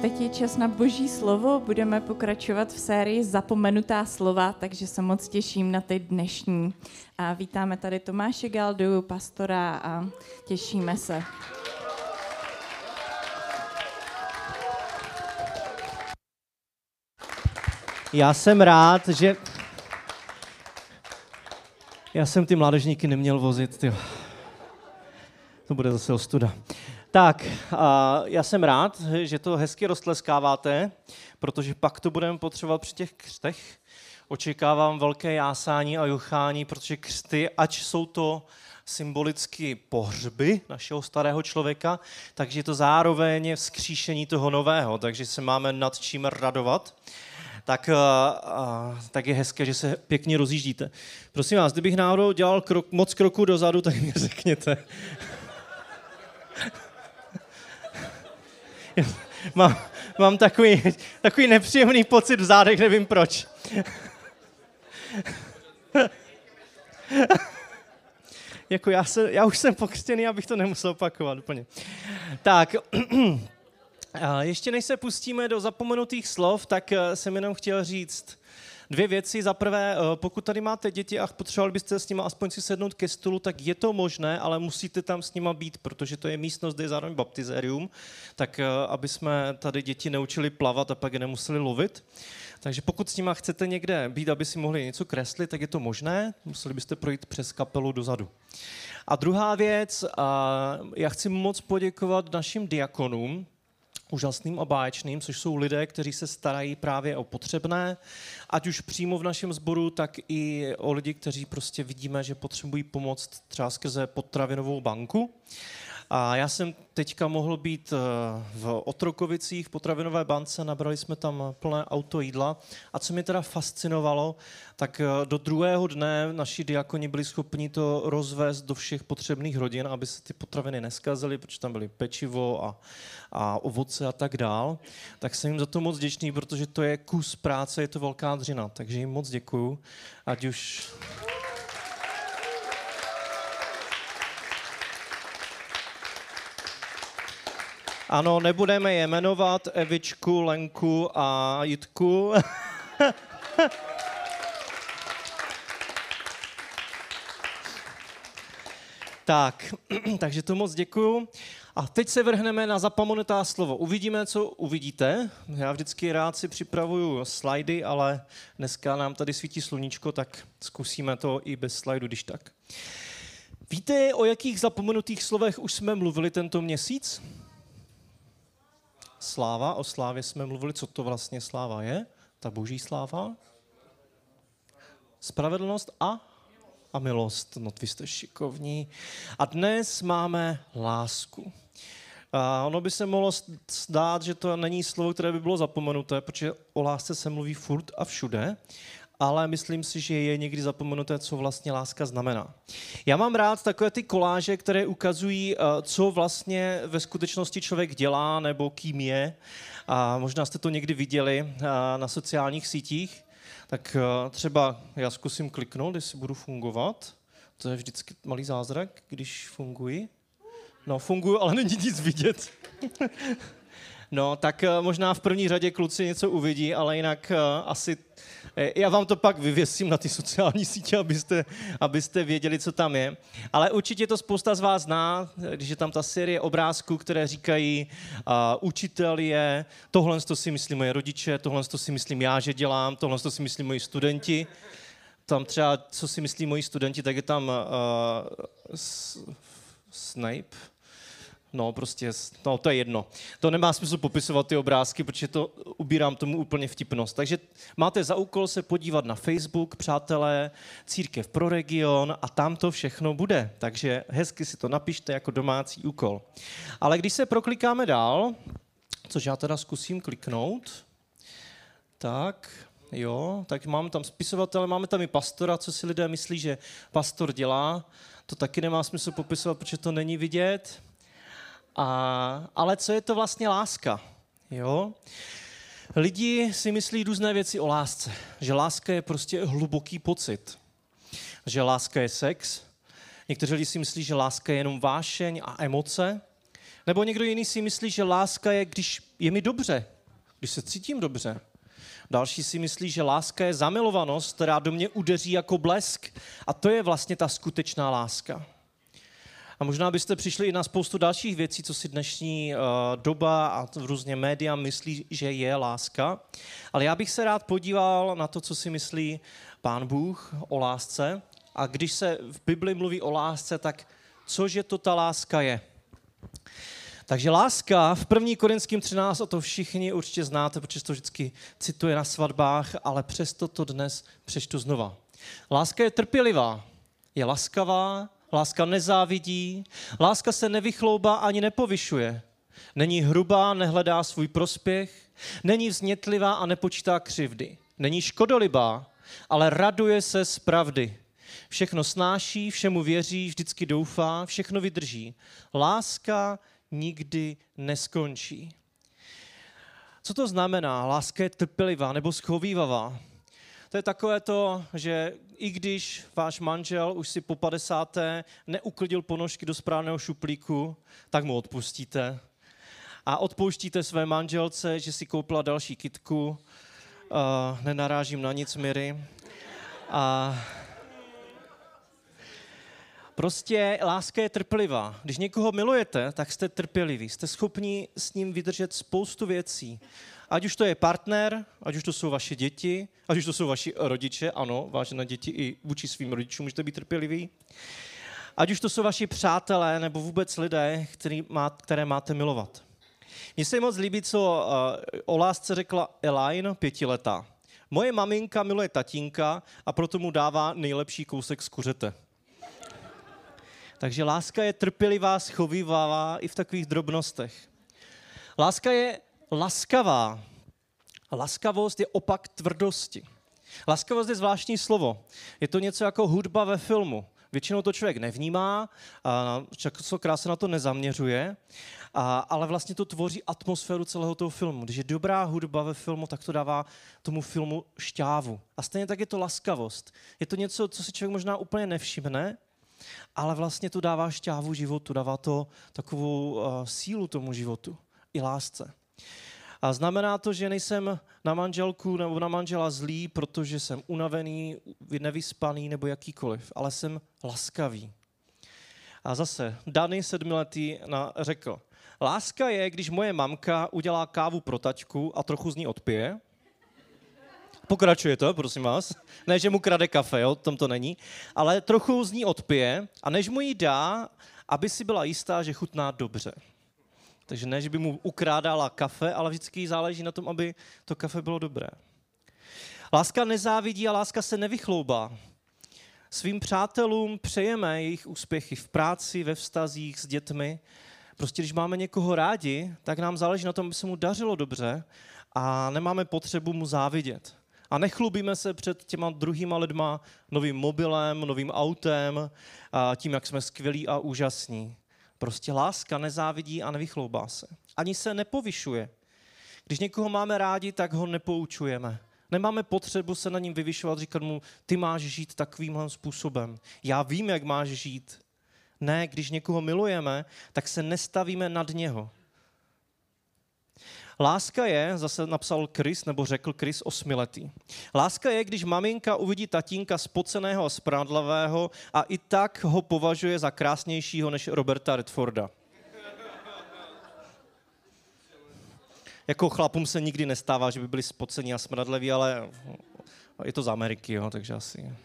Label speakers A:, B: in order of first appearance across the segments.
A: teď je čas na Boží slovo. Budeme pokračovat v sérii Zapomenutá slova, takže se moc těším na ty dnešní. A vítáme tady Tomáše Galdu, pastora, a těšíme se.
B: Já jsem rád, že... Já jsem ty mládežníky neměl vozit, tyjo. To bude zase ostuda. Tak, já jsem rád, že to hezky roztleskáváte, protože pak to budeme potřebovat při těch křtech. Očekávám velké jásání a juchání, protože křty, ať jsou to symbolicky pohřby našeho starého člověka, takže je to zároveň vzkříšení toho nového, takže se máme nad čím radovat. Tak je hezké, že se pěkně rozjíždíte. Prosím vás, kdybych náhodou dělal moc kroků dozadu, tak mi řekněte. Mám takový nepříjemný pocit v zádech, nevím proč. Jako já už jsem pokřtěný, abych to nemusel opakovat úplně. Tak, ještě než se pustíme do zapomenutých slov, tak jsem jenom chtěl říct dvě věci. Za prvé, pokud tady máte děti a potřebovali byste s nimi aspoň si sednout ke stolu, tak je to možné, ale musíte tam s nima být, protože to je místnost, kde je zároveň baptizérium, tak aby jsme tady děti neučili plavat a pak je nemuseli lovit. Takže pokud s nima chcete někde být, aby si mohli něco kreslit, tak je to možné, museli byste projít přes kapelu dozadu. A druhá věc, já chci moc poděkovat našim diakonům, úžasným a báječným, což jsou lidé, kteří se starají právě o potřebné, ať už přímo v našem sboru, tak i o lidi, kteří prostě vidíme, že potřebují pomoc třeba skrze potravinovou banku. A já jsem teďka mohl být v Otrokovicích v potravinové bance, nabrali jsme tam plné auto jídla a co mě teda fascinovalo, tak do druhého dne naši diakoni byli schopni to rozvést do všech potřebných rodin, aby se ty potraviny neskazily, protože tam byly pečivo a ovoce a tak dál. Tak jsem jim za to moc vděčný, protože to je kus práce, je to velká dřina, takže jim moc děkuju, ať už... Ano, nebudeme je jmenovat, Evičku, Lenku a Jitku. Takže to moc děkuju. A teď se vrhneme na zapomenutá slovo. Uvidíme, co uvidíte. Já vždycky rád si připravuju slajdy, ale dneska nám tady svítí sluníčko, tak zkusíme to i bez slajdu, když tak. Víte, o jakých zapomenutých slovech už jsme mluvili tento měsíc? Sláva, o slávě jsme mluvili, co to vlastně sláva je, ta boží sláva. Spravedlnost a milost, no vy jste šikovní. A dnes máme lásku. A ono by se mohlo zdát, že to není slovo, které by bylo zapomenuté, protože o lásce se mluví furt a všude, ale myslím si, že je někdy zapomenuté, co vlastně láska znamená. Já mám rád takové ty koláže, které ukazují, co vlastně ve skutečnosti člověk dělá nebo kým je. A možná jste to někdy viděli na sociálních sítích. Tak třeba já zkusím kliknout, jestli budu fungovat. To je vždycky malý zázrak, když funguji. No, funguji, ale není nic vidět. No, tak možná v první řadě kluci něco uvidí, ale jinak asi... Já vám to pak vyvěsím na ty sociální sítě, abyste věděli, co tam je. Ale určitě to spousta z vás zná, když je tam ta série obrázků, které říkají, učitel je, tohle to si myslí moje rodiče, tohle to si myslím já, že dělám, tohle to si myslí moji studenti. Tam třeba, co si myslí moji studenti, tak je tam Snape. No, prostě, no, to je jedno. To nemá smysl popisovat ty obrázky, protože to ubírám tomu úplně vtipnost. Takže máte za úkol se podívat na Facebook, přátelé, Církev pro region a tam to všechno bude. Takže hezky si to napište jako domácí úkol. Ale když se proklikáme dál, což já teda zkusím kliknout, tak máme tam spisovatele, máme tam i pastora, co si lidé myslí, že pastor dělá. To taky nemá smysl popisovat, protože to není vidět. Ale co je to vlastně láska? Jo? Lidi si myslí různé věci o lásce. Že láska je prostě hluboký pocit. Že láska je sex. Někteří lidi si myslí, že láska je jenom vášeň a emoce. Nebo někdo jiný si myslí, že láska je, když je mi dobře. když se cítím dobře. Další si myslí, že láska je zamilovanost, která do mě udeří jako blesk. A to je vlastně ta skutečná láska. A možná byste přišli i na spoustu dalších věcí, co si dnešní doba a různě média myslí, že je láska. Ale já bych se rád podíval na to, co si myslí Pán Bůh o lásce. A když se v Bibli mluví o lásce, tak cože to ta láska je? Takže láska v 1. Korinským 13, o to všichni určitě znáte, protože to vždycky cituje na svatbách, ale přesto to dnes přečtu znova. Láska je trpělivá, je laskavá, láska nezávidí, láska se nevychloubá ani nepovyšuje. Není hrubá, nehledá svůj prospěch, není vznětlivá a nepočítá křivdy. Není škodolibá, ale raduje se z pravdy. Všechno snáší, všemu věří, vždycky doufá, všechno vydrží. Láska nikdy neskončí. Co to znamená? Láska je trpělivá nebo schovívavá. To je takové to, že i když váš manžel už si po 50. neuklidil ponožky do správného šuplíku, tak mu odpustíte. A odpouštíte své manželce, že si koupila další kytku. Nenarážím na nic, Miri. A prostě láska je trpělivá. Když někoho milujete, tak jste trpěliví. Jste schopni s ním vydržet spoustu věcí. Ať už to je partner, ať už to jsou vaše děti, ať už to jsou vaši rodiče, ano, vážené děti i vůči svým rodičům můžete být trpěliví. Ať už to jsou vaši přátelé nebo vůbec lidé, které máte milovat. Mně se moc líbí, co o lásce řekla Elaine, 5letá. Moje maminka miluje tatínka a proto mu dává nejlepší kousek z kuřete. Takže láska je trpělivá, schovívavá i v takových drobnostech. Láska je laskavá. Laskavost je opak tvrdosti. Laskavost je zvláštní slovo. Je to něco jako hudba ve filmu. Většinou to člověk nevnímá, častokrát se na to nezaměřuje, ale vlastně to tvoří atmosféru celého toho filmu. Když je dobrá hudba ve filmu, tak to dává tomu filmu šťávu. A stejně tak je to laskavost. Je to něco, co si člověk možná úplně nevšimne, ale vlastně to dává šťávu životu, dává to takovou sílu tomu životu i lásce. A znamená to, že nejsem na manželku nebo na manžela zlý, protože jsem unavený, nevyspaný nebo jakýkoliv, ale jsem laskavý. A zase Dany 7letý řekl, láska je, když moje mamka udělá kávu pro taťku a trochu z ní odpije. Pokračuje to, prosím vás. Ne, že mu krade kafe, jo, tom to není. Ale trochu z ní odpije a než mu ji dá, aby si byla jistá, že chutná dobře. Takže ne, že by mu ukrádala kafe, ale vždycky záleží na tom, aby to kafe bylo dobré. Láska nezávidí a láska se nevychloubá. Svým přátelům přejeme jejich úspěchy v práci, ve vztazích s dětmi. Prostě když máme někoho rádi, tak nám záleží na tom, aby se mu dařilo dobře a nemáme potřebu mu závidět. A nechlubíme se před těma druhýma lidma novým mobilem, novým autem, a tím, jak jsme skvělí a úžasní. Prostě láska nezávidí a nevychloubá se. Ani se nepovyšuje. Když někoho máme rádi, tak ho nepoučujeme. Nemáme potřebu se na ním vyvyšovat, říkat mu, ty máš žít takovýmhle způsobem. Já vím, jak máš žít. Ne, když někoho milujeme, tak se nestavíme nad něho. Láska je, zase napsal Chris, nebo řekl Chris 8letý. Láska je, když maminka uvidí tatínka spoceného a smradlavého a i tak ho považuje za krásnějšího než Roberta Redforda. Jako chlapům se nikdy nestává, že by byli spocení a smradlaví, ale je to z Ameriky, jo, takže asi.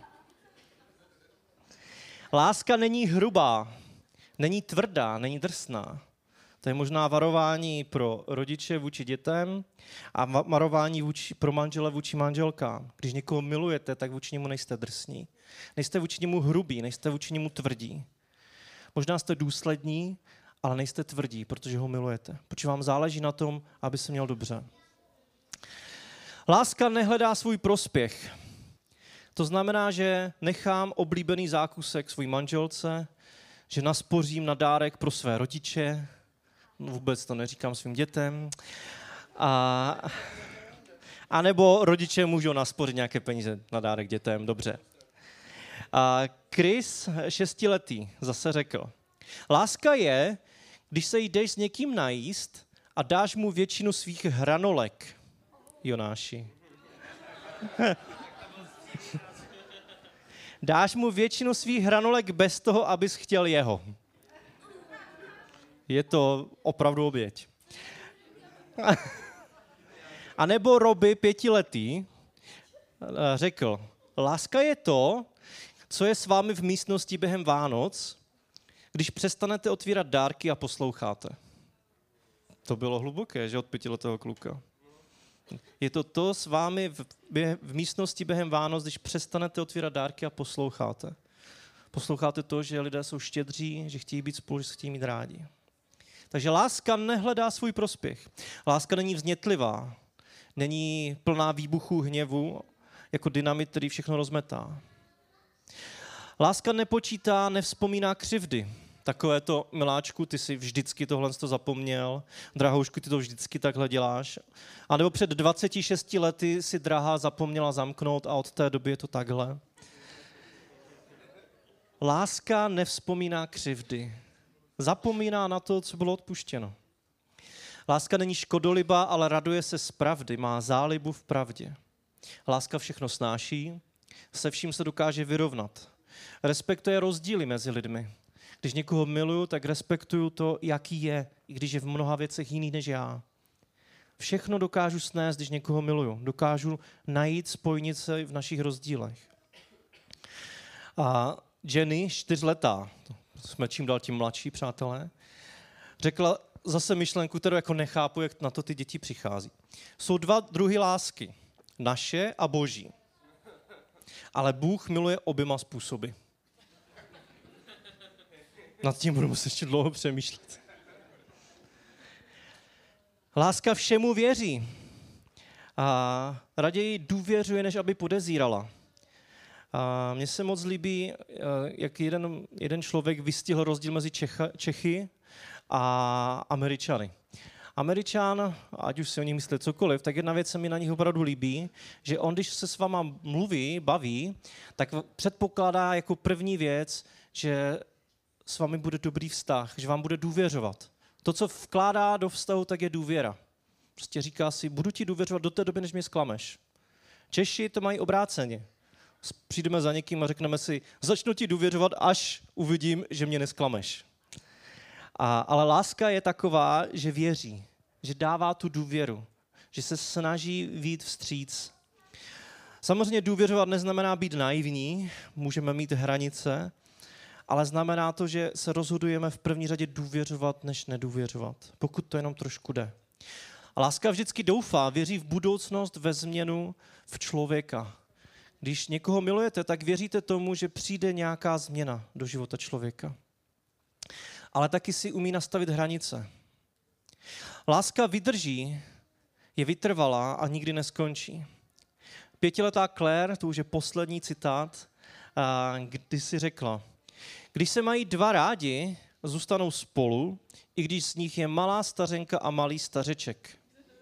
B: Láska není hrubá, není tvrdá, není drsná. To je možná varování pro rodiče vůči dětem a varování pro manžele vůči manželkám. Když někoho milujete, tak vůči němu nejste drsní. Nejste vůči němu hrubí, nejste vůči němu tvrdí. Možná jste důslední, ale nejste tvrdí, protože ho milujete. Protože vám záleží na tom, aby se měl dobře. Láska nehledá svůj prospěch. To znamená, že nechám oblíbený zákusek svůj manželce, že naspořím na dárek pro své rodiče, vůbec to neříkám svým dětem, a nebo rodiče můžou naspořit nějaké peníze na dárek dětem, dobře. A Chris, 6letý, zase řekl, láska je, když se jdeš s někým najíst a dáš mu většinu svých hranolek. Jonáši. Dáš mu většinu svých hranolek bez toho, abys chtěl jeho. Je to opravdu oběť. A nebo Robi, 5letý, řekl, láska je to, co je s vámi v místnosti během Vánoc, když přestanete otvírat dárky a posloucháte. To bylo hluboké, že od 5letého kluka. Je to s vámi v místnosti během Vánoc, když přestanete otvírat dárky a posloucháte. Posloucháte to, že lidé jsou štědří, že chtějí být spolu, že se chtějí mít rádi. Takže láska nehledá svůj prospěch. Láska není vznětlivá, není plná výbuchů hněvu, jako dynamit, který všechno rozmetá. Láska nepočítá, nevzpomíná křivdy. Takové to, miláčku, ty si vždycky tohle zapomněl, drahoušku, ty to vždycky takhle děláš. A nebo před 26 lety si drahá zapomněla zamknout a od té doby je to takhle. Láska nevzpomíná křivdy. Zapomíná na to, co bylo odpuštěno. Láska není škodolibá, ale raduje se z pravdy, má zálibu v pravdě. Láska všechno snáší, se vším se dokáže vyrovnat. Respektuje rozdíly mezi lidmi. Když někoho miluju, tak respektuju to, jaký je, i když je v mnoha věcech jiný než já. Všechno dokážu snést, když někoho miluju. Dokážu najít spojnice v našich rozdílech. A Jenny, 4letá, jsme čím dál tím mladší, přátelé, řekla zase myšlenku, kterou jako nechápu, jak na to ty děti přichází. Jsou dva druhy lásky. Naše a boží. Ale Bůh miluje oběma způsoby. Nad tím budu muset ještě dlouho přemýšlet. Láska všemu věří. A raději důvěřuje, než aby podezírala. A mně se moc líbí, jak jeden člověk vystihl rozdíl mezi Čechy a Američany. Američan, ať už si o nich myslí cokoliv, tak jedna věc se mi na nich opravdu líbí, že on, když se s váma mluví, baví, tak předpokládá jako první věc, že s vámi bude dobrý vztah, že vám bude důvěřovat. To, co vkládá do vztahu, tak je důvěra. Prostě říká si, budu ti důvěřovat do té doby, než mě zklameš. Češi to mají obráceně. Přijdeme za někým a řekneme si, začnu ti důvěřovat, až uvidím, že mě nesklameš. Ale láska je taková, že věří, že dává tu důvěru, že se snaží vyjít vstříc. Samozřejmě důvěřovat neznamená být naivní, můžeme mít hranice, ale znamená to, že se rozhodujeme v první řadě důvěřovat, než nedůvěřovat, pokud to jenom trošku jde. A láska vždycky doufá, věří v budoucnost, ve změnu, v člověka. Když někoho milujete, tak věříte tomu, že přijde nějaká změna do života člověka. Ale taky si umí nastavit hranice. Láska vydrží, je vytrvalá a nikdy neskončí. 5letá Claire, to už je poslední citát, kdy si řekla, když se mají dva rádi, zůstanou spolu, i když z nich je malá stařenka a malý stařeček.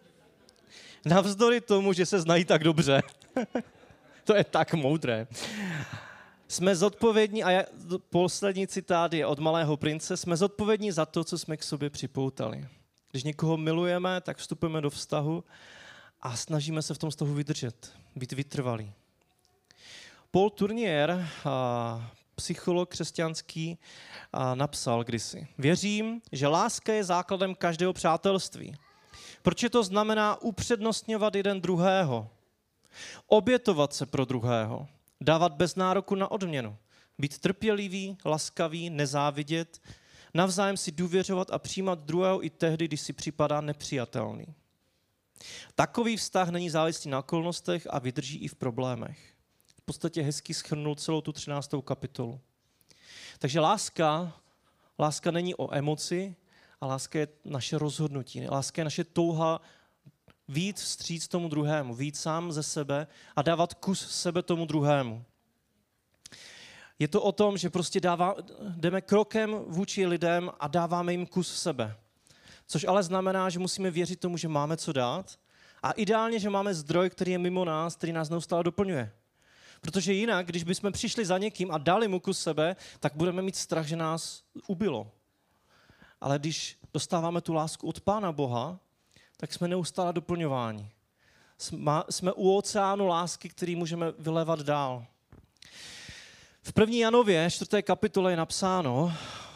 B: Navzdory tomu, že se znají tak dobře. To je tak moudré. Jsme zodpovědní, a poslední citát je od Malého prince, jsme zodpovědní za to, co jsme k sobě připoutali. Když někoho milujeme, tak vstupujeme do vztahu a snažíme se v tom vztahu vydržet, být vytrvalí. Paul Tournier, psycholog křesťanský, napsal kdysi. Věřím, že láska je základem každého přátelství. Protože to znamená upřednostňovat jeden druhého, obětovat se pro druhého, dávat bez nároku na odměnu, být trpělivý, laskavý, nezávidět, navzájem si důvěřovat a přijímat druhého i tehdy, když si připadá nepřijatelný. Takový vztah není závislý na okolnostech a vydrží i v problémech. V podstatě hezky shrnul celou tu 13. kapitolu. Takže láska není o emoci, a láska je naše rozhodnutí. Láska je naše touha vyjít vstříc tomu druhému, vyjít sám ze sebe a dávat kus sebe tomu druhému. Je to o tom, že prostě jdeme krokem vůči lidem a dáváme jim kus sebe. Což ale znamená, že musíme věřit tomu, že máme co dát a ideálně, že máme zdroj, který je mimo nás, který nás neustále doplňuje. Protože jinak, když bychom přišli za někým a dali mu kus sebe, tak budeme mít strach, že nás ubilo. Ale když dostáváme tu lásku od Pána Boha, tak jsme neustále doplňováni. Jsme u oceánu lásky, který můžeme vylévat dál. V 1. Janově, 4. kapitole je napsáno,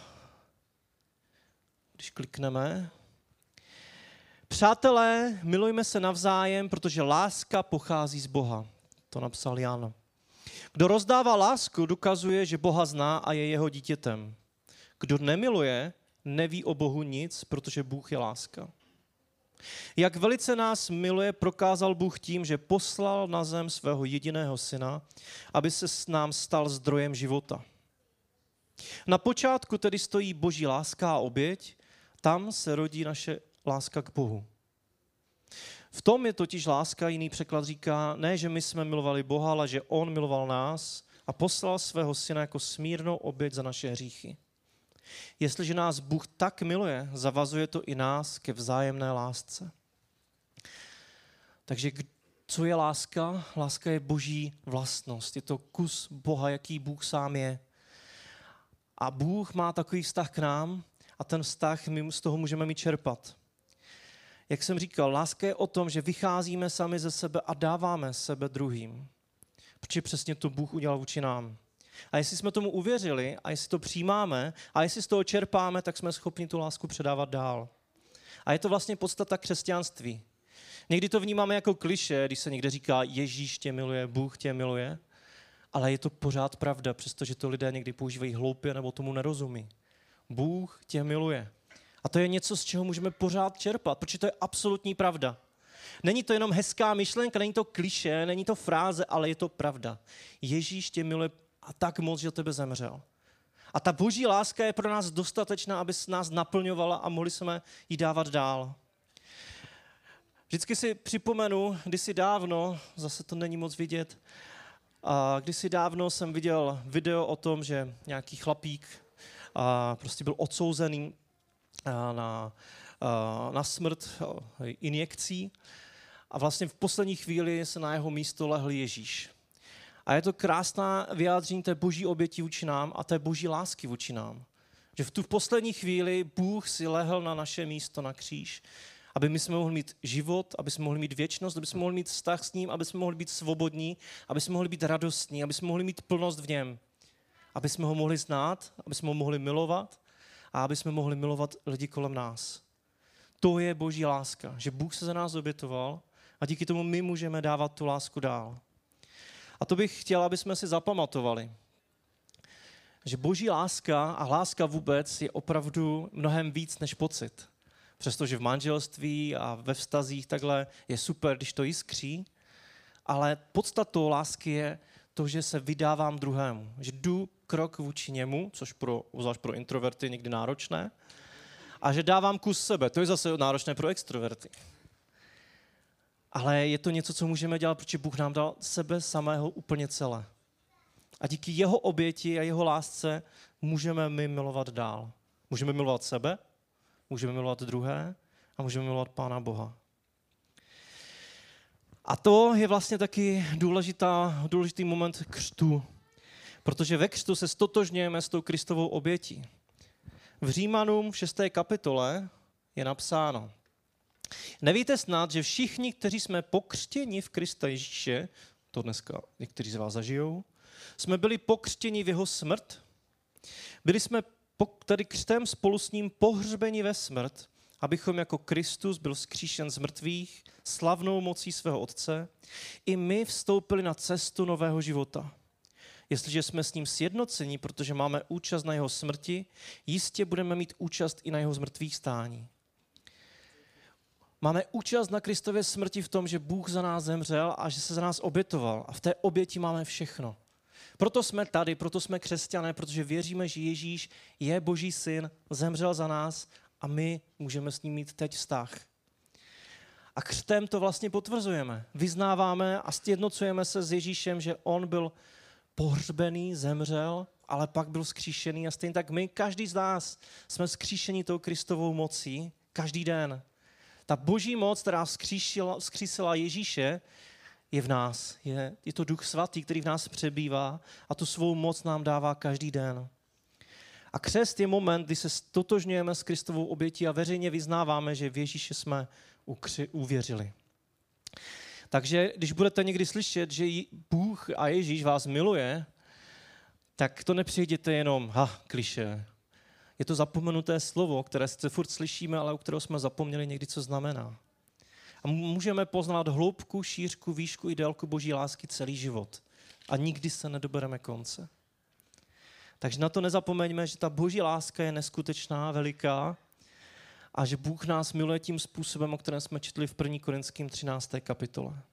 B: když klikneme, přátelé, milujme se navzájem, protože láska pochází z Boha. To napsal Jan. Kdo rozdává lásku, dokazuje, že Boha zná a je jeho dítětem. Kdo nemiluje, neví o Bohu nic, protože Bůh je láska. Jak velice nás miluje, prokázal Bůh tím, že poslal na zem svého jediného syna, aby se s nám stal zdrojem života. Na počátku tedy stojí Boží láska a oběť, tam se rodí naše láska k Bohu. V tom je totiž láska, jiný překlad říká, ne, že my jsme milovali Boha, ale že on miloval nás a poslal svého syna jako smírnou oběť za naše hříchy. Jestliže nás Bůh tak miluje, zavazuje to i nás ke vzájemné lásce. Takže co je láska? Láska je Boží vlastnost. Je to kus Boha, jaký Bůh sám je. A Bůh má takový vztah k nám a ten vztah my z toho můžeme mít čerpat. Jak jsem říkal, láska je o tom, že vycházíme sami ze sebe a dáváme sebe druhým. Protože přesně to Bůh udělal vůči nám. A jestli jsme tomu uvěřili a jestli to přijímáme a jestli z toho čerpáme, tak jsme schopni tu lásku předávat dál. A je to vlastně podstata křesťanství. Někdy to vnímáme jako klišé, když se někde říká Ježíš tě miluje, Bůh tě miluje, ale je to pořád pravda, přestože to lidé někdy používají hloupě nebo tomu nerozumí. Bůh tě miluje. A to je něco, z čeho můžeme pořád čerpat, protože to je absolutní pravda. Není to jenom hezká myšlenka, není to klišé, není to fráze, ale je to pravda. Ježíš tě miluje a tak moc, že o tebe zemřel. A ta Boží láska je pro nás dostatečná, aby nás naplňovala a mohli jsme ji dávat dál. Vždycky si připomenu, kdysi dávno, zase to není moc vidět, kdysi dávno jsem viděl video o tom, že nějaký chlapík prostě byl odsouzený na smrt injekcí a vlastně v poslední chvíli se na jeho místo lehl Ježíš. A je to krásná vyjádření té Boží oběti vůči nám a té Boží lásky vůči nám. Že v tu poslední chvíli Bůh si lehl na naše místo na kříž, aby my jsme mohli mít život, aby jsme mohli mít věčnost, aby jsme mohli mít vztah s ním, aby jsme mohli být svobodní, aby jsme mohli být radostní, aby jsme mohli mít plnost v něm. Aby jsme ho mohli znát, aby jsme ho mohli milovat a aby jsme mohli milovat lidi kolem nás. To je Boží láska, že Bůh se za nás obětoval a díky tomu my můžeme dávat tu lásku dál. A to bych chtěl, aby jsme si zapamatovali, že Boží láska a láska vůbec je opravdu mnohem víc než pocit. Přestože v manželství a ve vztazích takhle je super, když to jiskří, ale podstatou lásky je to, že se vydávám druhému, že jdu krok vůči němu, což zvlášť pro introverty někdy náročné, a že dávám kus sebe, to je zase náročné pro extroverty. Ale je to něco, co můžeme dělat, protože Bůh nám dal sebe samého úplně celé. A díky jeho oběti a jeho lásce můžeme my milovat dál. Můžeme milovat sebe, můžeme milovat druhé a můžeme milovat Pána Boha. A to je vlastně taky důležitý moment křtu, protože ve křtu se stotožňujeme s tou Kristovou obětí. V Římanům v 6. kapitole je napsáno: Nevíte snad, že všichni, kteří jsme pokřtěni v Krista Ježíše, to dneska někteří z vás zažijou, jsme byli pokřtěni v jeho smrt? Byli jsme tedy křtem spolu s ním pohřbeni ve smrt, abychom jako Kristus byl vzkříšen z mrtvých slavnou mocí svého Otce, i my vstoupili na cestu nového života. Jestliže jsme s ním sjednoceni, protože máme účast na jeho smrti, jistě budeme mít účast i na jeho zmrtvých stání. Máme účast na Kristově smrti v tom, že Bůh za nás zemřel a že se za nás obětoval. A v té oběti máme všechno. Proto jsme tady, proto jsme křesťané, protože věříme, že Ježíš je Boží syn, zemřel za nás a my můžeme s ním mít teď vztah. A křtem to vlastně potvrzujeme. Vyznáváme a sjednocujeme se s Ježíšem, že on byl pohřbený, zemřel, ale pak byl vzkříšený a stejně tak my, každý z nás, jsme vzkříšeni tou Kristovou mocí každý den. Ta Boží moc, která vzkřísila Ježíše, je v nás. Je to Duch Svatý, který v nás přebývá a tu svou moc nám dává každý den. A křest je moment, kdy se stotožňujeme s Kristovou obětí a veřejně vyznáváme, že v Ježíše jsme uvěřili. Takže když budete někdy slyšet, že Bůh a Ježíš vás miluje, tak to nepřijděte jenom, klišé. Je to zapomenuté slovo, které sice furt slyšíme, ale u kterého jsme zapomněli někdy, co znamená. A můžeme poznat hloubku, šířku, výšku i délku Boží lásky celý život. A nikdy se nedobereme konce. Takže na to nezapomeňme, že ta Boží láska je neskutečná, veliká a že Bůh nás miluje tím způsobem, o kterém jsme četli v 1. Korinským 13. kapitole.